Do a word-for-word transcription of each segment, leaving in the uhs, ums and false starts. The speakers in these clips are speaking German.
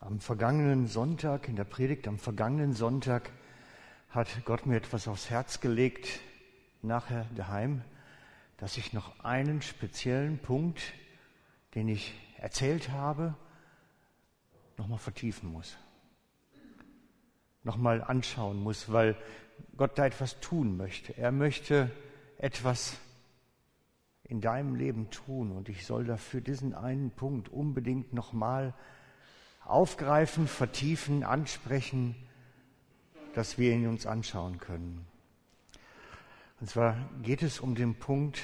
Am vergangenen Sonntag, in der Predigt am vergangenen Sonntag, hat Gott mir etwas aufs Herz gelegt, nachher daheim, dass ich noch einen speziellen Punkt, den ich erzählt habe, nochmal vertiefen muss. Nochmal anschauen muss, weil Gott da etwas tun möchte. Er möchte etwas in deinem Leben tun und ich soll dafür diesen einen Punkt unbedingt nochmal aufgreifen, vertiefen, ansprechen, dass wir ihn uns anschauen können. Und zwar geht es um den Punkt,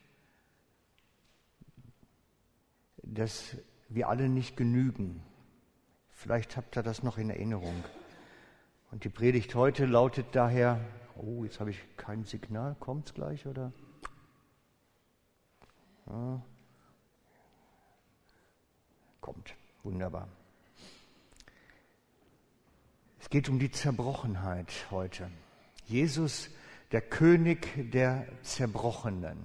dass wir alle nicht genügen. Vielleicht habt ihr das noch in Erinnerung. Und die Predigt heute lautet daher, oh, jetzt habe ich kein Signal, kommt es gleich, oder? Ja. Kommt, wunderbar. Es geht um die Zerbrochenheit heute. Jesus, der König der Zerbrochenen.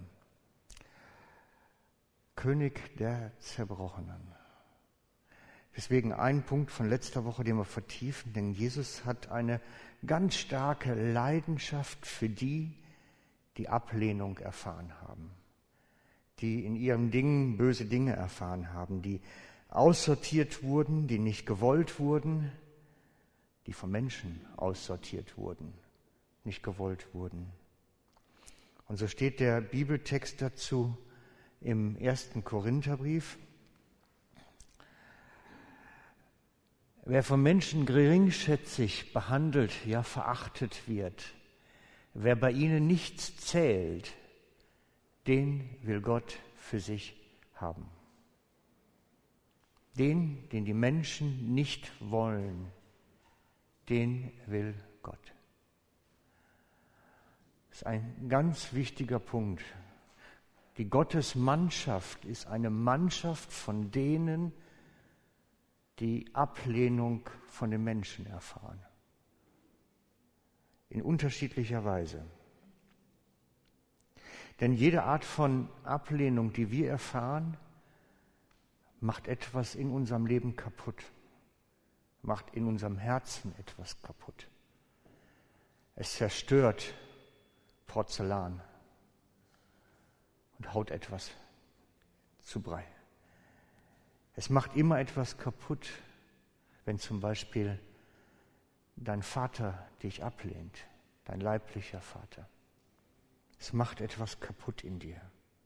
König der Zerbrochenen. Deswegen ein Punkt von letzter Woche, den wir vertiefen, denn Jesus hat eine ganz starke Leidenschaft für die, die Ablehnung erfahren haben, die in ihrem Ding böse Dinge erfahren haben, die aussortiert wurden, die nicht gewollt wurden, die von Menschen aussortiert wurden, nicht gewollt wurden. Und so steht der Bibeltext dazu im ersten Korintherbrief. Wer von Menschen geringschätzig behandelt, ja verachtet wird, wer bei ihnen nichts zählt, den will Gott für sich haben. Den, den die Menschen nicht wollen, den will Gott. Das ist ein ganz wichtiger Punkt. Die Gottesmannschaft ist eine Mannschaft von denen, die Ablehnung von den Menschen erfahren. In unterschiedlicher Weise. Denn jede Art von Ablehnung, die wir erfahren, macht etwas in unserem Leben kaputt. Macht in unserem Herzen etwas kaputt. Es zerstört Porzellan und haut etwas zu Brei. Es macht immer etwas kaputt, wenn zum Beispiel dein Vater dich ablehnt, dein leiblicher Vater. Es macht etwas kaputt in dir.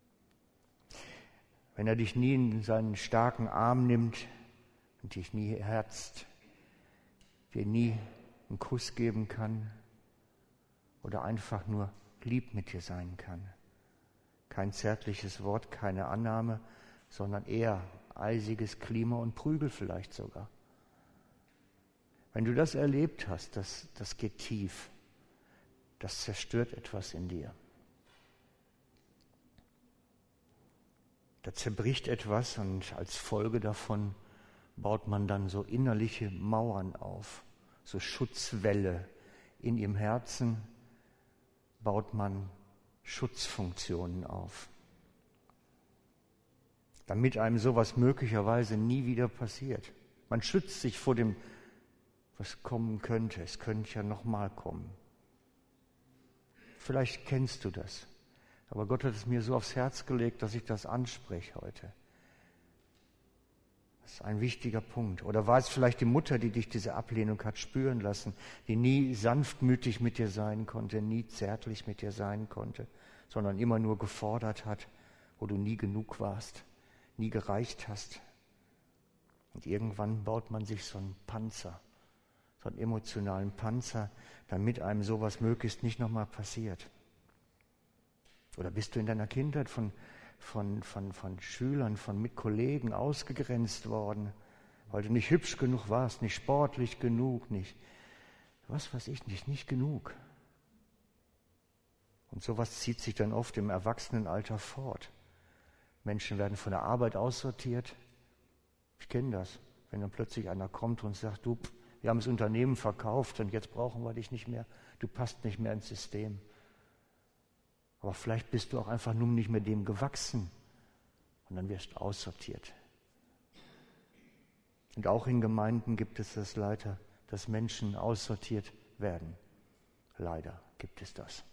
Wenn er dich nie in seinen starken Arm nimmt und dich nie herzt, dir nie einen Kuss geben kann oder einfach nur lieb mit dir sein kann. Kein zärtliches Wort, keine Annahme, sondern eher eisiges Klima und Prügel vielleicht sogar. Wenn du das erlebt hast, das, das geht tief. Das zerstört etwas in dir. Da zerbricht etwas und als Folge davon baut man dann so innerliche Mauern auf, so Schutzwälle in ihrem Herzen, baut man Schutzfunktionen auf, damit einem sowas möglicherweise nie wieder passiert. Man schützt sich vor dem, was kommen könnte. Es könnte ja nochmal kommen. Vielleicht kennst du das, aber Gott hat es mir so aufs Herz gelegt, dass ich das anspreche heute. Das ist ein wichtiger Punkt. Oder war es vielleicht die Mutter, die dich diese Ablehnung hat spüren lassen, die nie sanftmütig mit dir sein konnte, nie zärtlich mit dir sein konnte, sondern immer nur gefordert hat, wo du nie genug warst, nie gereicht hast. Und irgendwann baut man sich so einen Panzer, so einen emotionalen Panzer, damit einem sowas möglichst nicht nochmal passiert. Oder bist du in deiner Kindheit von Von, von, von Schülern, von Mitkollegen ausgegrenzt worden, weil du nicht hübsch genug warst, nicht sportlich genug, nicht, was weiß ich nicht, nicht genug. Und sowas zieht sich dann oft im Erwachsenenalter fort. Menschen werden von der Arbeit aussortiert. Ich kenne das, wenn dann plötzlich einer kommt und sagt, du, wir haben das Unternehmen verkauft und jetzt brauchen wir dich nicht mehr, du passt nicht mehr ins System. Aber vielleicht bist du auch einfach nur nicht mehr dem gewachsen und dann wirst du aussortiert. Und auch in Gemeinden gibt es das leider, dass Menschen aussortiert werden. Leider gibt es das.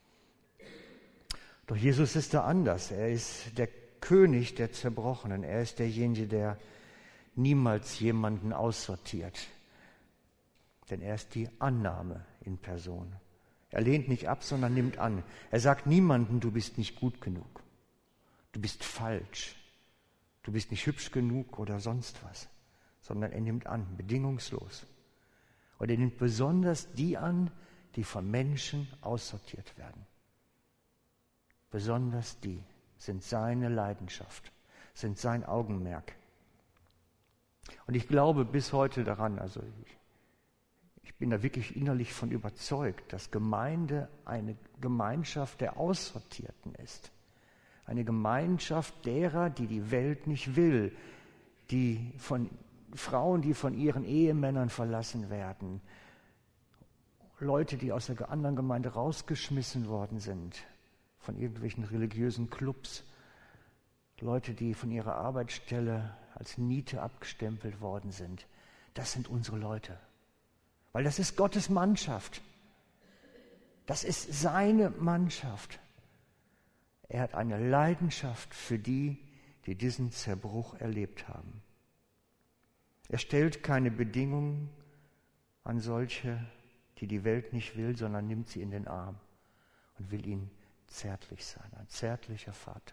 Doch Jesus ist da anders. Er ist der König der Zerbrochenen. Er ist derjenige, der niemals jemanden aussortiert. Denn er ist die Annahme in Person. Er lehnt nicht ab, sondern nimmt an. Er sagt niemandem, du bist nicht gut genug. Du bist falsch. Du bist nicht hübsch genug oder sonst was. Sondern er nimmt an, bedingungslos. Und er nimmt besonders die an, die von Menschen aussortiert werden. Besonders die sind seine Leidenschaft, sind sein Augenmerk. Und ich glaube bis heute daran, also ich, ich bin da wirklich innerlich von überzeugt, dass Gemeinde eine Gemeinschaft der Aussortierten ist. Eine Gemeinschaft derer, die die Welt nicht will, die von Frauen, die von ihren Ehemännern verlassen werden, Leute, die aus der anderen Gemeinde rausgeschmissen worden sind, von irgendwelchen religiösen Clubs, Leute, die von ihrer Arbeitsstelle als Niete abgestempelt worden sind. Das sind unsere Leute. Weil das ist Gottes Mannschaft. Das ist seine Mannschaft. Er hat eine Leidenschaft für die, die diesen Zerbruch erlebt haben. Er stellt keine Bedingungen an solche, die die Welt nicht will, sondern nimmt sie in den Arm und will ihnen zärtlich sein, ein zärtlicher Vater.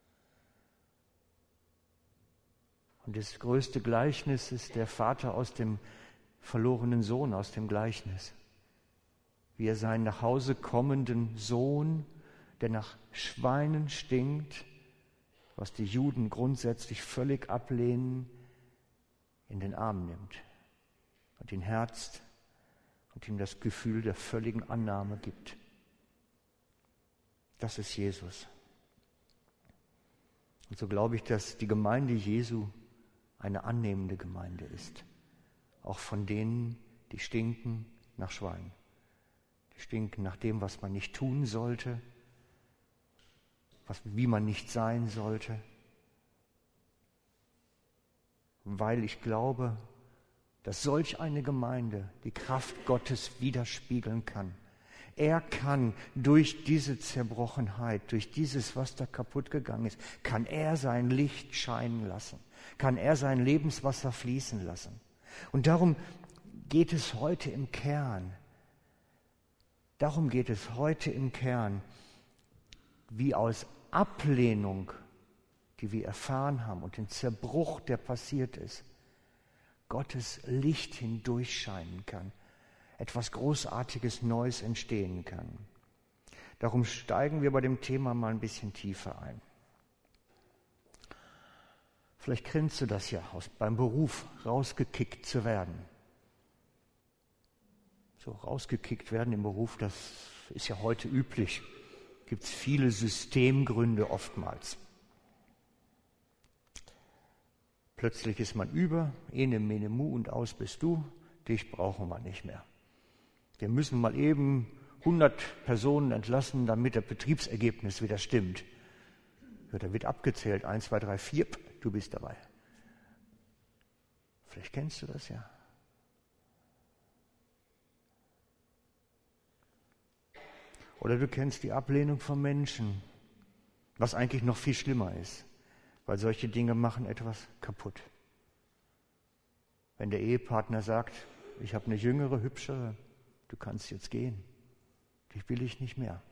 Und das größte Gleichnis ist der Vater aus dem verlorenen Sohn, aus dem Gleichnis. Wie er seinen nach Hause kommenden Sohn, der nach Schweinen stinkt, was die Juden grundsätzlich völlig ablehnen, in den Arm nimmt und ihn herzt und ihm das Gefühl der völligen Annahme gibt. Das ist Jesus. Und so glaube ich, dass die Gemeinde Jesu eine annehmende Gemeinde ist. Auch von denen, die stinken nach Schwein. Die stinken nach dem, was man nicht tun sollte, was, wie man nicht sein sollte. Weil ich glaube, dass solch eine Gemeinde die Kraft Gottes widerspiegeln kann. Er kann durch diese Zerbrochenheit, durch dieses, was da kaputt gegangen ist, kann er sein Licht scheinen lassen, kann er sein Lebenswasser fließen lassen. Und darum geht es heute im Kern. Darum geht es heute im Kern, wie aus Ablehnung, die wir erfahren haben und den Zerbruch, der passiert ist, Gottes Licht hindurchscheinen kann, etwas Großartiges, Neues entstehen kann. Darum steigen wir bei dem Thema mal ein bisschen tiefer ein. Vielleicht kennst du das ja, aus, beim Beruf rausgekickt zu werden. So rausgekickt werden im Beruf, das ist ja heute üblich. Gibt es viele Systemgründe oftmals. Plötzlich ist man über, ene, mene, mu und aus bist du, dich brauchen wir nicht mehr. Wir müssen mal eben hundert Personen entlassen, damit das Betriebsergebnis wieder stimmt. Ja, da wird abgezählt, eins, zwei, drei, vier, du bist dabei. Vielleicht kennst du das ja. Oder du kennst die Ablehnung von Menschen, was eigentlich noch viel schlimmer ist, weil solche Dinge machen etwas kaputt. Wenn der Ehepartner sagt, ich habe eine jüngere, hübschere, du kannst jetzt gehen, dich will ich nicht mehr.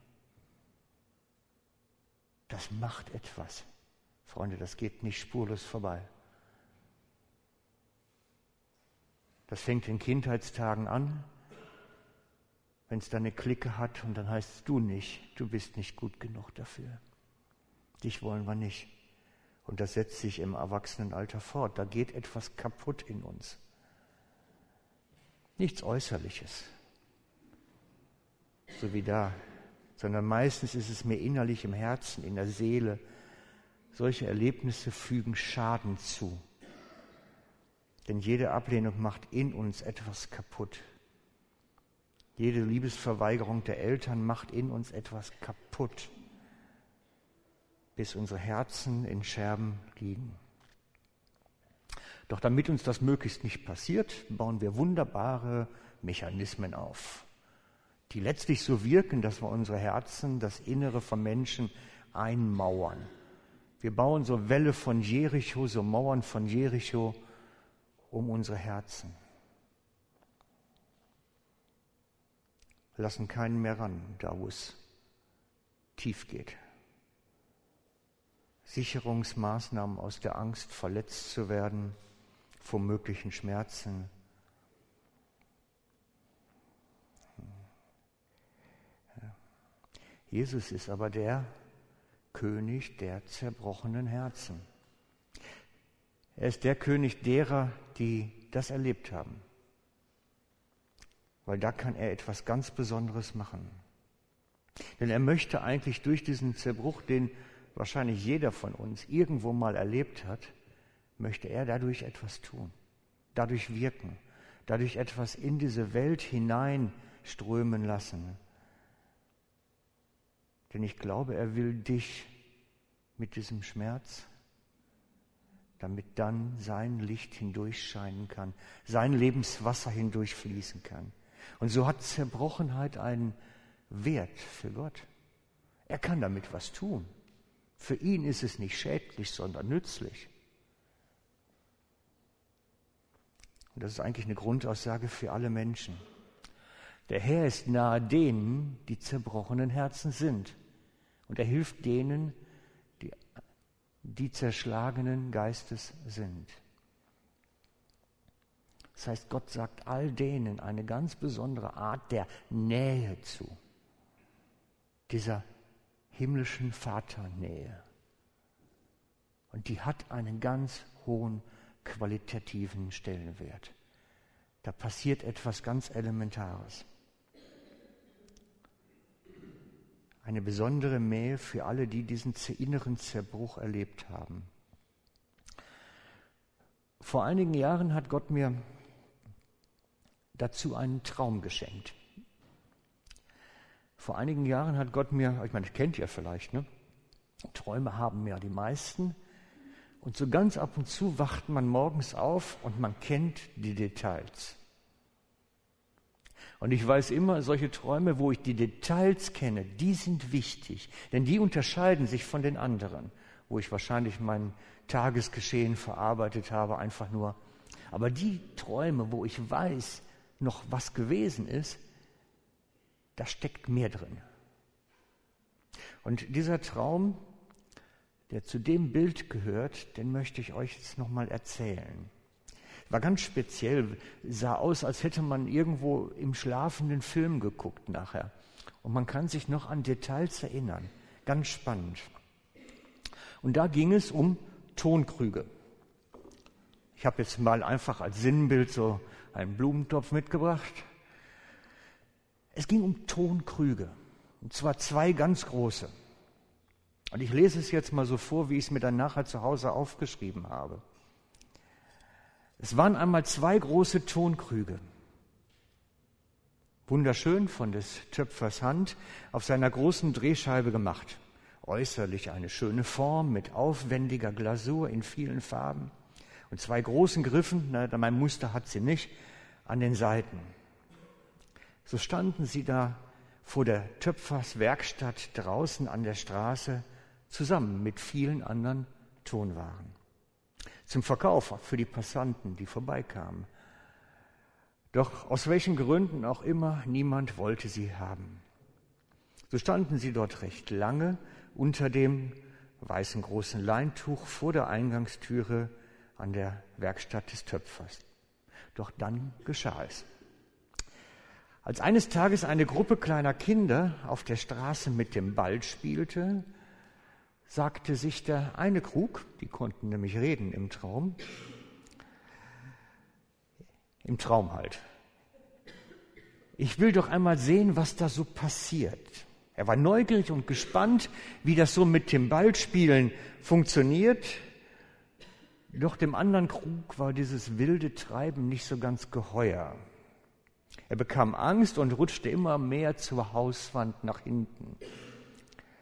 Das macht etwas. Freunde, das geht nicht spurlos vorbei. Das fängt in Kindheitstagen an, wenn es da eine Clique hat und dann heißt es, du nicht, du bist nicht gut genug dafür. Dich wollen wir nicht. Und das setzt sich im Erwachsenenalter fort. Da geht etwas kaputt in uns. Nichts Äußerliches, so wie da, sondern meistens ist es mir innerlich im Herzen, in der Seele. Solche Erlebnisse fügen Schaden zu. Denn jede Ablehnung macht in uns etwas kaputt. Jede Liebesverweigerung der Eltern macht in uns etwas kaputt, bis unsere Herzen in Scherben liegen. Doch damit uns das möglichst nicht passiert, bauen wir wunderbare Mechanismen auf, die letztlich so wirken, dass wir unsere Herzen, das Innere von Menschen einmauern. Wir bauen so Wälle von Jericho, so Mauern von Jericho um unsere Herzen. Lassen keinen mehr ran, da wo es tief geht. Sicherungsmaßnahmen aus der Angst, verletzt zu werden, vor möglichen Schmerzen. Jesus ist aber der König der zerbrochenen Herzen. Er ist der König derer, die das erlebt haben. Weil da kann er etwas ganz Besonderes machen. Denn er möchte eigentlich durch diesen Zerbruch, den wahrscheinlich jeder von uns irgendwo mal erlebt hat, möchte er dadurch etwas tun, dadurch wirken, dadurch etwas in diese Welt hineinströmen lassen. Denn ich glaube, er will dich mit diesem Schmerz, damit dann sein Licht hindurchscheinen kann, sein Lebenswasser hindurchfließen kann. Und so hat Zerbrochenheit einen Wert für Gott. Er kann damit was tun. Für ihn ist es nicht schädlich, sondern nützlich. Und das ist eigentlich eine Grundaussage für alle Menschen. Der Herr ist nahe denen, die zerbrochenen Herzen sind. Und er hilft denen, die, die zerschlagenen Geistes sind. Das heißt, Gott sagt all denen eine ganz besondere Art der Nähe zu. Dieser himmlischen Vaternähe. Und die hat einen ganz hohen qualitativen Stellenwert. Da passiert etwas ganz Elementares. Eine besondere Nähe für alle, die diesen inneren Zerbruch erlebt haben. Vor einigen Jahren hat Gott mir dazu einen Traum geschenkt. Vor einigen Jahren hat Gott mir, ich meine, das kennt ihr vielleicht, ne? Träume haben ja die meisten. Und so ganz ab und zu wacht man morgens auf und man kennt die Details. Und ich weiß immer, solche Träume, wo ich die Details kenne, die sind wichtig. Denn die unterscheiden sich von den anderen, wo ich wahrscheinlich mein Tagesgeschehen verarbeitet habe, einfach nur. Aber die Träume, wo ich weiß, noch was gewesen ist, da steckt mehr drin. Und dieser Traum, der zu dem Bild gehört, den möchte ich euch jetzt nochmal erzählen. War ganz speziell, sah aus, als hätte man irgendwo im schlafenden Film geguckt nachher. Und man kann sich noch an Details erinnern. Ganz spannend. Und da ging es um Tonkrüge. Ich habe jetzt mal einfach als Sinnbild so einen Blumentopf mitgebracht. Es ging um Tonkrüge. Und zwar zwei ganz große. Und ich lese es jetzt mal so vor, wie ich es mir dann nachher zu Hause aufgeschrieben habe. Es waren einmal zwei große Tonkrüge. Wunderschön von des Töpfers Hand auf seiner großen Drehscheibe gemacht. Äußerlich eine schöne Form mit aufwendiger Glasur in vielen Farben. Und zwei großen Griffen, na, mein Muster hat sie nicht, an den Seiten. So standen sie da vor der Töpferswerkstatt draußen an der Straße zusammen mit vielen anderen Tonwaren. Zum Verkauf für die Passanten, die vorbeikamen. Doch aus welchen Gründen auch immer, niemand wollte sie haben. So standen sie dort recht lange unter dem weißen großen Leintuch vor der Eingangstüre an der Werkstatt des Töpfers. Doch dann geschah es. Als eines Tages eine Gruppe kleiner Kinder auf der Straße mit dem Ball spielte, sagte sich der eine Krug, die konnten nämlich reden im Traum, im Traum halt. Ich will doch einmal sehen, was da so passiert. Er war neugierig und gespannt, wie das so mit dem Ballspielen funktioniert. Doch dem anderen Krug war dieses wilde Treiben nicht so ganz geheuer. Er bekam Angst und rutschte immer mehr zur Hauswand nach hinten.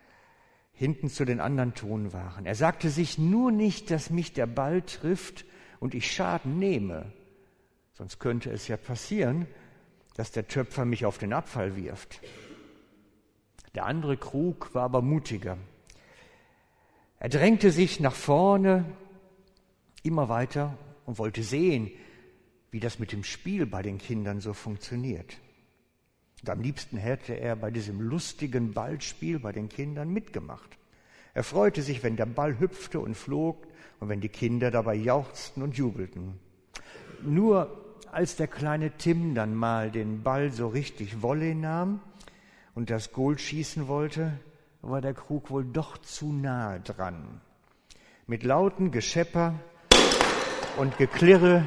Hinten zu den anderen Tonwaren. Er sagte sich nur nicht, dass mich der Ball trifft und ich Schaden nehme. Sonst könnte es ja passieren, dass der Töpfer mich auf den Abfall wirft. Der andere Krug war aber mutiger. Er drängte sich nach vorne immer weiter und wollte sehen, wie das mit dem Spiel bei den Kindern so funktioniert. Und am liebsten hätte er bei diesem lustigen Ballspiel bei den Kindern mitgemacht. Er freute sich, wenn der Ball hüpfte und flog und wenn die Kinder dabei jauchzten und jubelten. Nur als der kleine Tim dann mal den Ball so richtig Volley nahm und das Goal schießen wollte, war der Krug wohl doch zu nahe dran. Mit lauten Geschepper und Geklirre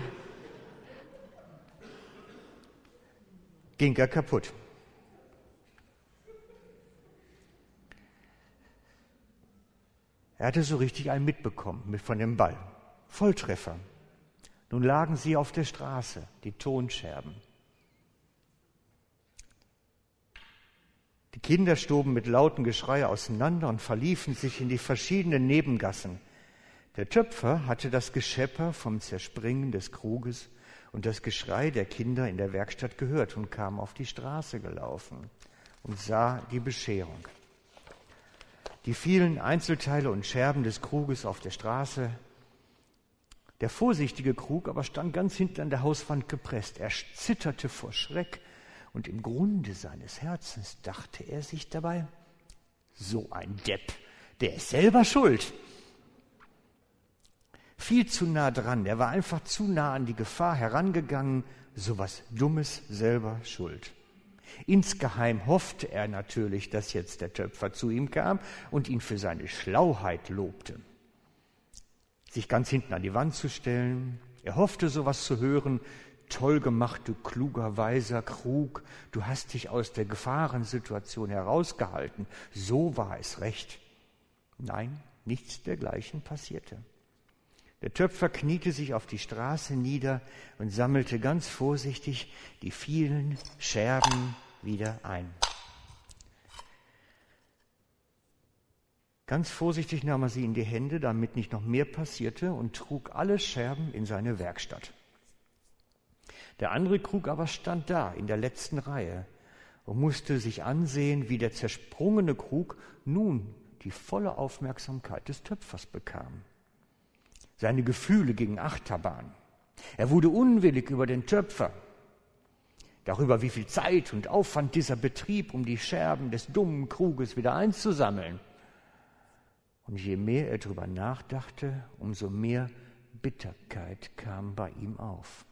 ging er kaputt. Er hatte so richtig einen mitbekommen mit von dem Ball. Volltreffer. Nun lagen sie auf der Straße, die Tonscherben. Die Kinder stoben mit lautem Geschrei auseinander und verliefen sich in die verschiedenen Nebengassen. Der Töpfer hatte das Geschepper vom Zerspringen des Kruges und das Geschrei der Kinder in der Werkstatt gehört und kam auf die Straße gelaufen und sah die Bescherung. Die vielen Einzelteile und Scherben des Kruges auf der Straße. Der vorsichtige Krug aber stand ganz hinten an der Hauswand gepresst. Er zitterte vor Schreck und im Grunde seines Herzens dachte er sich dabei, so ein Depp, der ist selber schuld. Viel zu nah dran, er war einfach zu nah an die Gefahr herangegangen, so was Dummes selber schuld. Insgeheim hoffte er natürlich, dass jetzt der Töpfer zu ihm kam und ihn für seine Schlauheit lobte. Sich ganz hinten an die Wand zu stellen, er hoffte sowas zu hören, toll gemacht, du kluger, weiser Krug, du hast dich aus der Gefahrensituation herausgehalten, so war es recht. Nein, nichts dergleichen passierte. Der Töpfer kniete sich auf die Straße nieder und sammelte ganz vorsichtig die vielen Scherben wieder ein. Ganz vorsichtig nahm er sie in die Hände, damit nicht noch mehr passierte, und trug alle Scherben in seine Werkstatt. Der andere Krug aber stand da in der letzten Reihe und musste sich ansehen, wie der zersprungene Krug nun die volle Aufmerksamkeit des Töpfers bekam. Seine Gefühle gingen Achterbahn. Er wurde unwillig über den Töpfer, darüber, wie viel Zeit und Aufwand dieser betrieb, um die Scherben des dummen Kruges wieder einzusammeln. Und je mehr er darüber nachdachte, umso mehr Bitterkeit kam bei ihm auf.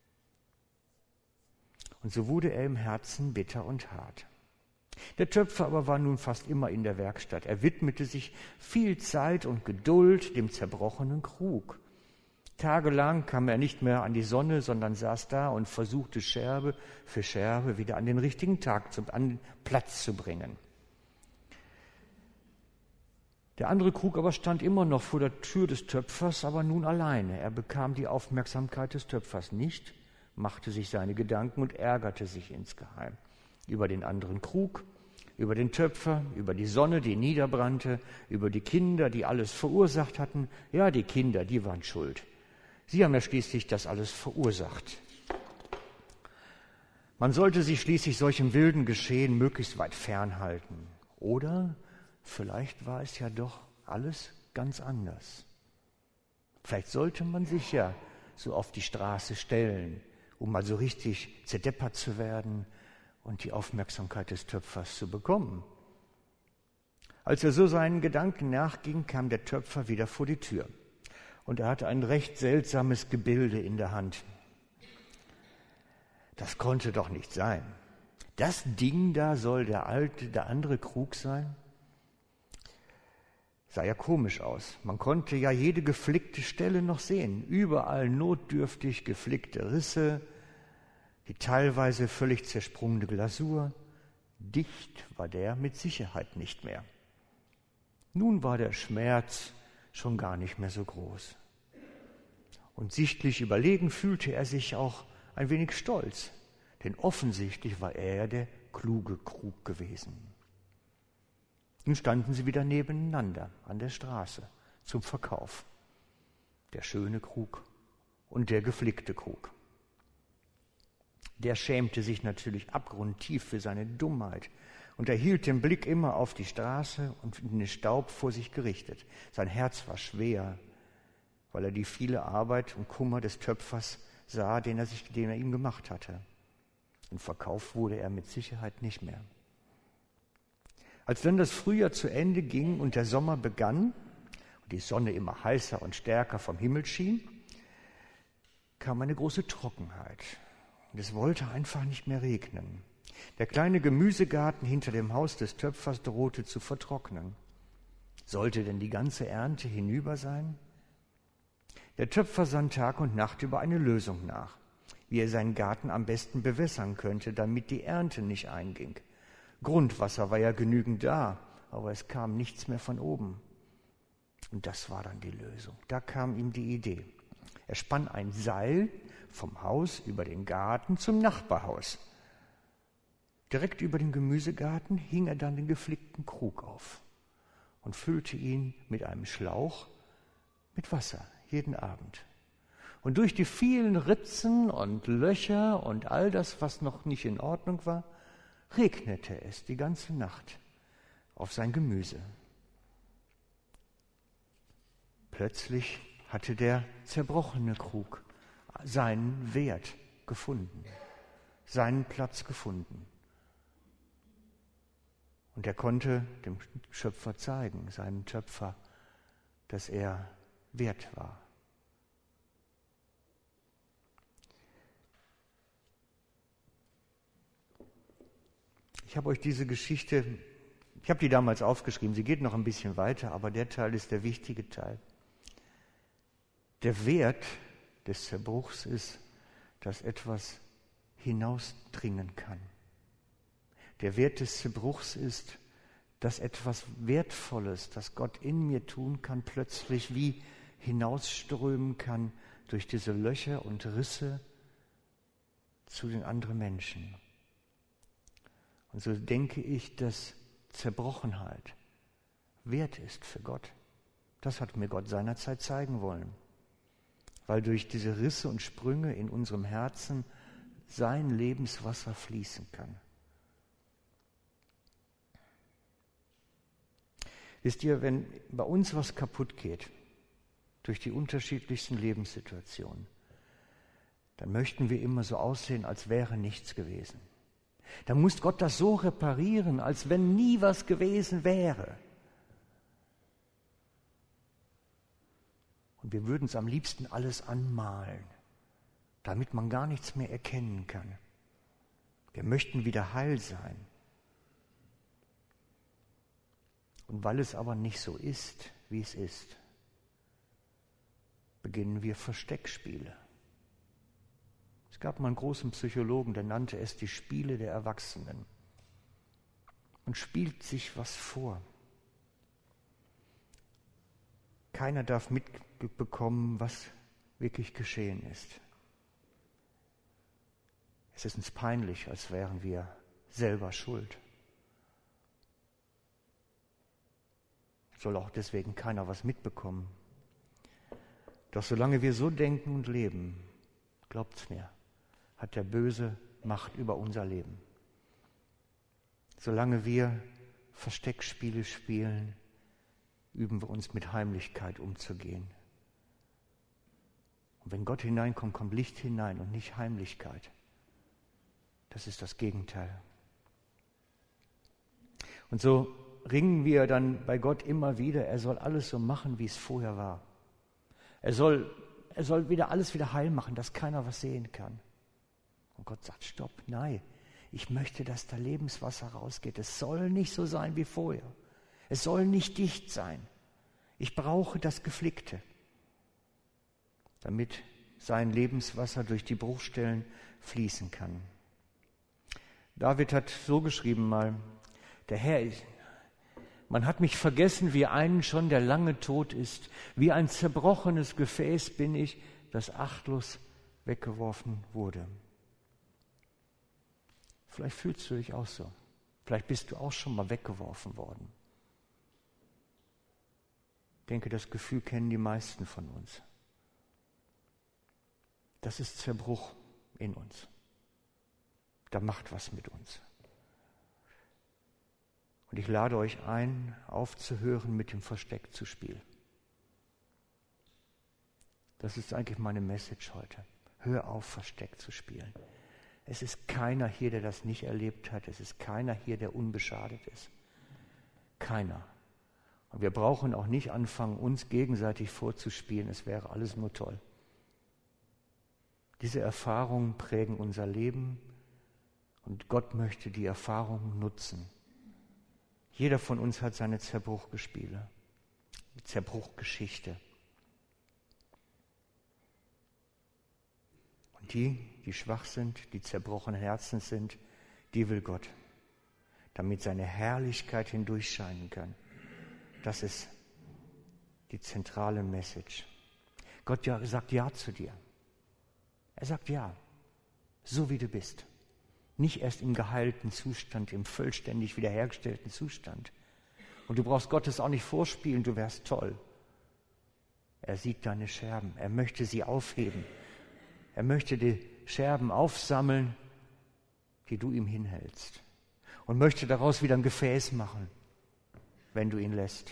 Und so wurde er im Herzen bitter und hart. Der Töpfer aber war nun fast immer in der Werkstatt. Er widmete sich viel Zeit und Geduld dem zerbrochenen Krug. Tagelang kam er nicht mehr an die Sonne, sondern saß da und versuchte Scherbe für Scherbe wieder an den richtigen Tag, zu, an den Platz zu bringen. Der andere Krug aber stand immer noch vor der Tür des Töpfers, aber nun alleine. Er bekam die Aufmerksamkeit des Töpfers nicht, machte sich seine Gedanken und ärgerte sich insgeheim über den anderen Krug, über den Töpfer, über die Sonne, die niederbrannte, über die Kinder, die alles verursacht hatten. Ja, die Kinder, die waren schuld. Sie haben ja schließlich das alles verursacht. Man sollte sich schließlich solchem wilden Geschehen möglichst weit fernhalten. Oder vielleicht war es ja doch alles ganz anders. Vielleicht sollte man sich ja so auf die Straße stellen, um mal so richtig zerdeppert zu werden und die Aufmerksamkeit des Töpfers zu bekommen. Als er so seinen Gedanken nachging, kam der Töpfer wieder vor die Tür. Und er hatte ein recht seltsames Gebilde in der Hand. Das konnte doch nicht sein. Das Ding da soll der alte, der andere Krug sein? Sah ja komisch aus. Man konnte ja jede geflickte Stelle noch sehen. Überall notdürftig geflickte Risse, die teilweise völlig zersprungene Glasur. Dicht war der mit Sicherheit nicht mehr. Nun war der Schmerz schon gar nicht mehr so groß. Und sichtlich überlegen fühlte er sich auch ein wenig stolz, denn offensichtlich war er der kluge Krug gewesen. Nun standen sie wieder nebeneinander an der Straße zum Verkauf. Der schöne Krug und der geflickte Krug. Der schämte sich natürlich abgrundtief für seine Dummheit und er hielt den Blick immer auf die Straße und in den Staub vor sich gerichtet. Sein Herz war schwer, weil er die viele Arbeit und Kummer des Töpfers sah, den er, sich, den er ihm gemacht hatte. Und verkauft wurde er mit Sicherheit nicht mehr. Als dann das Frühjahr zu Ende ging und der Sommer begann und die Sonne immer heißer und stärker vom Himmel schien, kam eine große Trockenheit und es wollte einfach nicht mehr regnen. Der kleine Gemüsegarten hinter dem Haus des Töpfers drohte zu vertrocknen. Sollte denn die ganze Ernte hinüber sein? Der Töpfer sann Tag und Nacht über eine Lösung nach, wie er seinen Garten am besten bewässern könnte, damit die Ernte nicht einging. Grundwasser war ja genügend da, aber es kam nichts mehr von oben. Und das war dann die Lösung. Da kam ihm die Idee. Er spann ein Seil vom Haus über den Garten zum Nachbarhaus. Direkt über dem Gemüsegarten hing er dann den geflickten Krug auf und füllte ihn mit einem Schlauch mit Wasser jeden Abend. Und durch die vielen Ritzen und Löcher und all das, was noch nicht in Ordnung war, regnete es die ganze Nacht auf sein Gemüse. Plötzlich hatte der zerbrochene Krug seinen Wert gefunden, seinen Platz gefunden. Und er konnte dem Schöpfer zeigen, seinem Töpfer, dass er wert war. Ich habe euch diese Geschichte, ich habe die damals aufgeschrieben, sie geht noch ein bisschen weiter, aber der Teil ist der wichtige Teil. Der Wert des Zerbruchs ist, dass etwas hinausdringen kann. Der Wert des Zerbruchs ist, dass etwas Wertvolles, das Gott in mir tun kann, plötzlich wie hinausströmen kann durch diese Löcher und Risse zu den anderen Menschen. Und so denke ich, dass Zerbrochenheit wert ist für Gott. Das hat mir Gott seinerzeit zeigen wollen. Weil durch diese Risse und Sprünge in unserem Herzen sein Lebenswasser fließen kann. Wisst ihr, wenn bei uns was kaputt geht, durch die unterschiedlichsten Lebenssituationen, dann möchten wir immer so aussehen, als wäre nichts gewesen. Dann muss Gott das so reparieren, als wenn nie was gewesen wäre. Und wir würden es am liebsten alles anmalen, damit man gar nichts mehr erkennen kann. Wir möchten wieder heil sein. Und weil es aber nicht so ist, wie es ist, beginnen wir Versteckspiele. Es gab mal einen großen Psychologen, der nannte es die Spiele der Erwachsenen. Man spielt sich was vor. Keiner darf mitbekommen, was wirklich geschehen ist. Es ist uns peinlich, als wären wir selber schuld. Soll auch deswegen keiner was mitbekommen. Doch solange wir so denken und leben, glaubt's mir, hat der Böse Macht über unser Leben. Solange wir Versteckspiele spielen, üben wir uns mit Heimlichkeit umzugehen. Und wenn Gott hineinkommt, kommt Licht hinein und nicht Heimlichkeit. Das ist das Gegenteil. Und so ringen wir dann bei Gott immer wieder, er soll alles so machen, wie es vorher war. Er soll, er soll wieder alles wieder heil machen, dass keiner was sehen kann. Und Gott sagt, stopp, nein, ich möchte, dass da Lebenswasser rausgeht. Es soll nicht so sein wie vorher. Es soll nicht dicht sein. Ich brauche das Geflickte, damit sein Lebenswasser durch die Bruchstellen fließen kann. David hat so geschrieben mal, der Herr ist, man hat mich vergessen wie einen schon, der lange tot ist. Wie ein zerbrochenes Gefäß bin ich, das achtlos weggeworfen wurde. Vielleicht fühlst du dich auch so. Vielleicht bist du auch schon mal weggeworfen worden. Ich denke, das Gefühl kennen die meisten von uns. Das ist Zerbruch in uns. Da macht was mit uns. Und ich lade euch ein, aufzuhören, mit dem Versteck zu spielen. Das ist eigentlich meine Message heute. Hör auf, Versteck zu spielen. Es ist keiner hier, der das nicht erlebt hat. Es ist keiner hier, der unbeschadet ist. Keiner. Und wir brauchen auch nicht anfangen, uns gegenseitig vorzuspielen. Es wäre alles nur toll. Diese Erfahrungen prägen unser Leben und Gott möchte die Erfahrungen nutzen. Jeder von uns hat seine Zerbruchgespiele, Zerbruchgeschichte. Und die, die schwach sind, die zerbrochenen Herzen sind, die will Gott, damit seine Herrlichkeit hindurchscheinen kann. Das ist die zentrale Message. Gott ja, sagt Ja zu dir. Er sagt Ja, so wie du bist. Nicht erst im geheilten Zustand, im vollständig wiederhergestellten Zustand. Und du brauchst Gottes auch nicht vorspielen, du wärst toll. Er sieht deine Scherben, er möchte sie aufheben. Er möchte die Scherben aufsammeln, die du ihm hinhältst. Und möchte daraus wieder ein Gefäß machen, wenn du ihn lässt.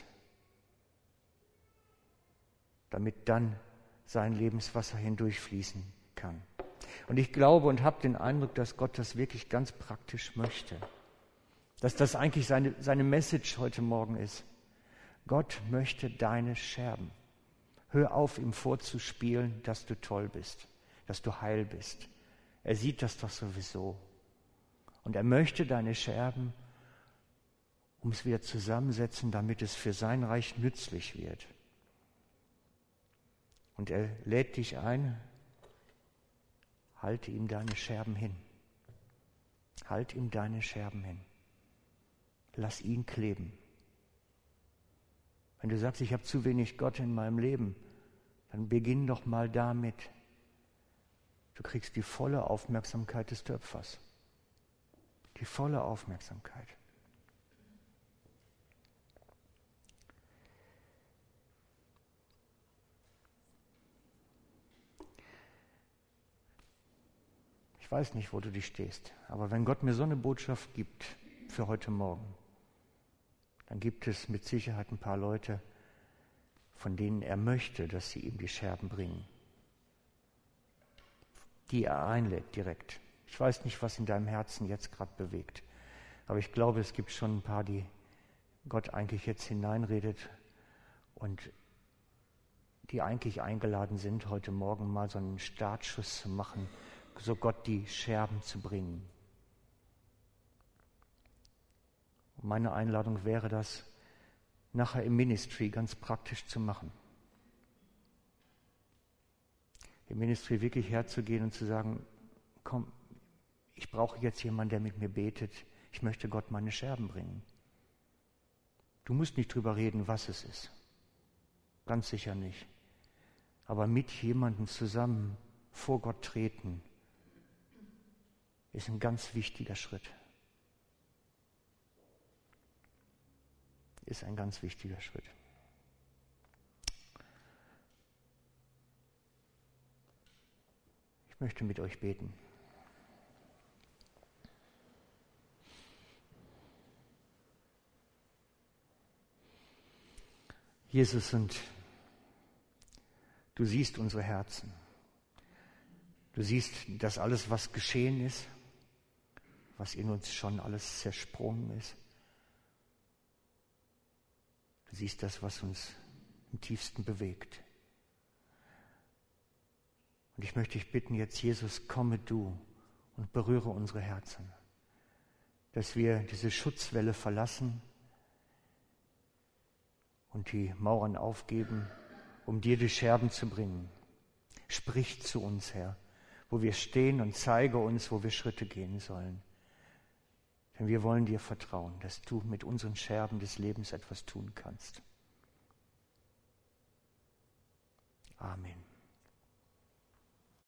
Damit dann sein Lebenswasser hindurchfließen kann. Und ich glaube und habe den Eindruck, dass Gott das wirklich ganz praktisch möchte. Dass das eigentlich seine, seine Message heute Morgen ist. Gott möchte deine Scherben. Hör auf, ihm vorzuspielen, dass du toll bist, dass du heil bist. Er sieht das doch sowieso. Und er möchte deine Scherben, um es wieder zusammensetzen, damit es für sein Reich nützlich wird. Und er lädt dich ein, halte ihm deine Scherben hin. Halt ihm deine Scherben hin. Lass ihn kleben. Wenn du sagst, ich habe zu wenig Gott in meinem Leben, dann beginn doch mal damit. Du kriegst die volle Aufmerksamkeit des Töpfers. Die volle Aufmerksamkeit. Ich weiß nicht, wo du dich stehst, aber wenn Gott mir so eine Botschaft gibt für heute Morgen, dann gibt es mit Sicherheit ein paar Leute, von denen er möchte, dass sie ihm die Scherben bringen, die er einlädt direkt. Ich weiß nicht, was in deinem Herzen jetzt gerade bewegt, aber ich glaube, es gibt schon ein paar, die Gott eigentlich jetzt hineinredet und die eigentlich eingeladen sind, heute Morgen mal so einen Startschuss zu machen, so Gott die Scherben zu bringen. Und meine Einladung wäre das, nachher im Ministry ganz praktisch zu machen. Im Ministry wirklich herzugehen und zu sagen, komm, ich brauche jetzt jemanden, der mit mir betet. Ich möchte Gott meine Scherben bringen. Du musst nicht drüber reden, was es ist. Ganz sicher nicht. Aber mit jemandem zusammen vor Gott treten, ist ein ganz wichtiger Schritt. Ist ein ganz wichtiger Schritt. Ich möchte mit euch beten. Jesus, und du siehst unsere Herzen. Du siehst das alles, was geschehen ist, was in uns schon alles zersprungen ist. Du siehst das, was uns im tiefsten bewegt. Und ich möchte dich bitten, jetzt Jesus, komme du und berühre unsere Herzen, dass wir diese Schutzwelle verlassen und die Mauern aufgeben, um dir die Scherben zu bringen. Sprich zu uns, Herr, wo wir stehen, und zeige uns, wo wir Schritte gehen sollen. Denn wir wollen dir vertrauen, dass du mit unseren Scherben des Lebens etwas tun kannst. Amen.